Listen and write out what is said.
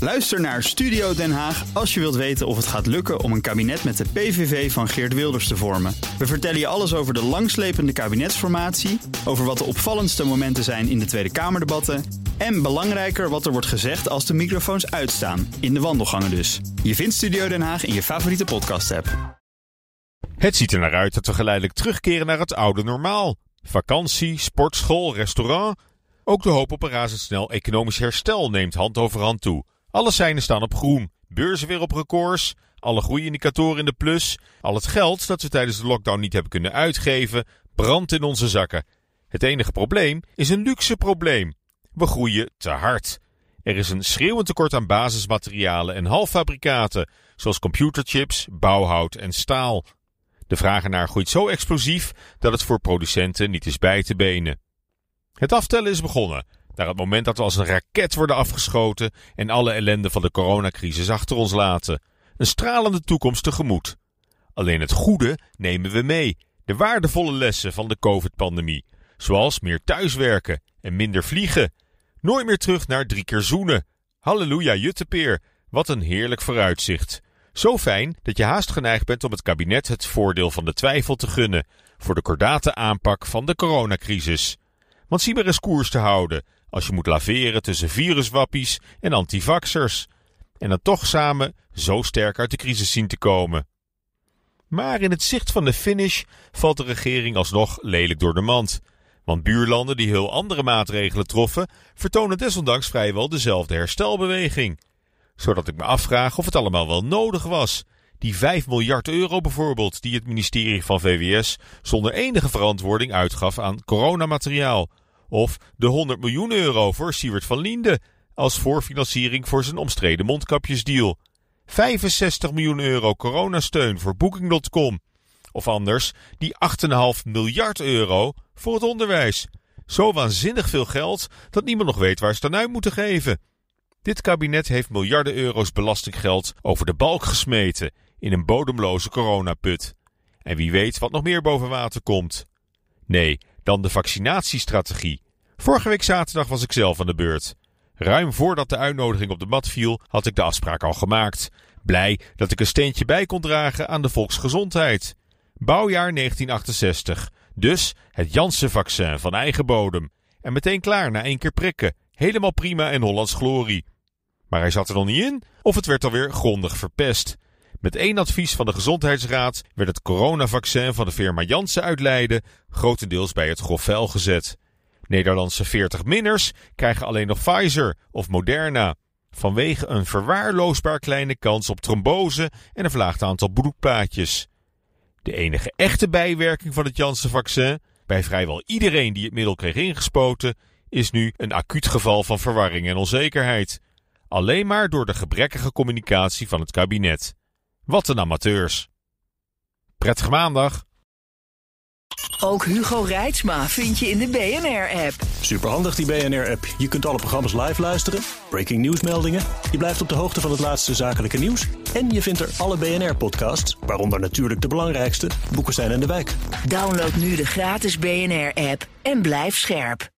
Luister naar Studio Den Haag als je wilt weten of het gaat lukken om een kabinet met de PVV van Geert Wilders te vormen. We vertellen je alles over de langslepende kabinetsformatie, over wat de opvallendste momenten zijn in de Tweede Kamerdebatten en belangrijker wat er wordt gezegd als de microfoons uitstaan, in de wandelgangen dus. Je vindt Studio Den Haag in je favoriete podcast-app. Het ziet er naar uit dat we geleidelijk terugkeren naar het oude normaal. Vakantie, sportschool, restaurant. Ook de hoop op een razendsnel economisch herstel neemt hand over hand toe. Alle seinen staan op groen, beurzen weer op records, alle groeiindicatoren in de plus. Al het geld dat we tijdens de lockdown niet hebben kunnen uitgeven, brandt in onze zakken. Het enige probleem is een luxe probleem. We groeien te hard. Er is een schreeuwend tekort aan basismaterialen en halffabrikaten, zoals computerchips, bouwhout en staal. De vraag ernaar groeit zo explosief dat het voor producenten niet is bij te benen. Het aftellen is begonnen, naar het moment dat we als een raket worden afgeschoten en alle ellende van de coronacrisis achter ons laten. Een stralende toekomst tegemoet. Alleen het goede nemen we mee, de waardevolle lessen van de COVID-pandemie, zoals meer thuiswerken en minder vliegen. Nooit meer terug naar 3 keer zoenen. Halleluja juttepeer, wat een heerlijk vooruitzicht. Zo fijn dat je haast geneigd bent om het kabinet het voordeel van de twijfel te gunnen voor de kordate aanpak van de coronacrisis. Want zie maar eens koers te houden als je moet laveren tussen viruswappies en antivaxers. En dan toch samen zo sterk uit de crisis zien te komen. Maar in het zicht van de finish valt de regering alsnog lelijk door de mand. Want buurlanden die heel andere maatregelen troffen, vertonen desondanks vrijwel dezelfde herstelbeweging. Zodat ik me afvraag of het allemaal wel nodig was. Die 5 miljard euro bijvoorbeeld, die het ministerie van VWS zonder enige verantwoording uitgaf aan coronamateriaal. Of de 100 miljoen euro voor Siewert van Liende als voorfinanciering voor zijn omstreden mondkapjesdeal. 65 miljoen euro coronasteun voor Booking.com. Of anders die 8,5 miljard euro voor het onderwijs. Zo waanzinnig veel geld dat niemand nog weet waar ze het aan uit moeten geven. Dit kabinet heeft miljarden euro's belastinggeld over de balk gesmeten in een bodemloze coronaput. En wie weet wat nog meer boven water komt. Nee, dan de vaccinatiestrategie. Vorige week zaterdag was ik zelf aan de beurt. Ruim voordat de uitnodiging op de mat viel, had ik de afspraak al gemaakt. Blij dat ik een steentje bij kon dragen aan de volksgezondheid. Bouwjaar 1968. Dus het Janssen-vaccin van eigen bodem. En meteen klaar na 1 keer prikken. Helemaal prima en Hollands glorie. Maar hij zat er nog niet in, of het werd alweer grondig verpest. Met 1 advies van de Gezondheidsraad werd het coronavaccin van de firma Janssen uit Leiden grotendeels bij het grof vuil gezet. Nederlandse 40-minners krijgen alleen nog Pfizer of Moderna, vanwege een verwaarloosbaar kleine kans op trombose en een verlaagd aantal bloedplaatjes. De enige echte bijwerking van het Janssen-vaccin, bij vrijwel iedereen die het middel kreeg ingespoten, is nu een acuut geval van verwarring en onzekerheid. Alleen maar door de gebrekkige communicatie van het kabinet. Wat een amateurs. Prettige maandag. Ook Hugo Reitsma vind je in de BNR-app. Superhandig die BNR-app. Je kunt alle programma's live luisteren, breaking nieuwsmeldingen. Je blijft op de hoogte van het laatste zakelijke nieuws. En je vindt er alle BNR-podcasts, waaronder natuurlijk de belangrijkste, Boekenstein en de Wijk. Download nu de gratis BNR-app en blijf scherp.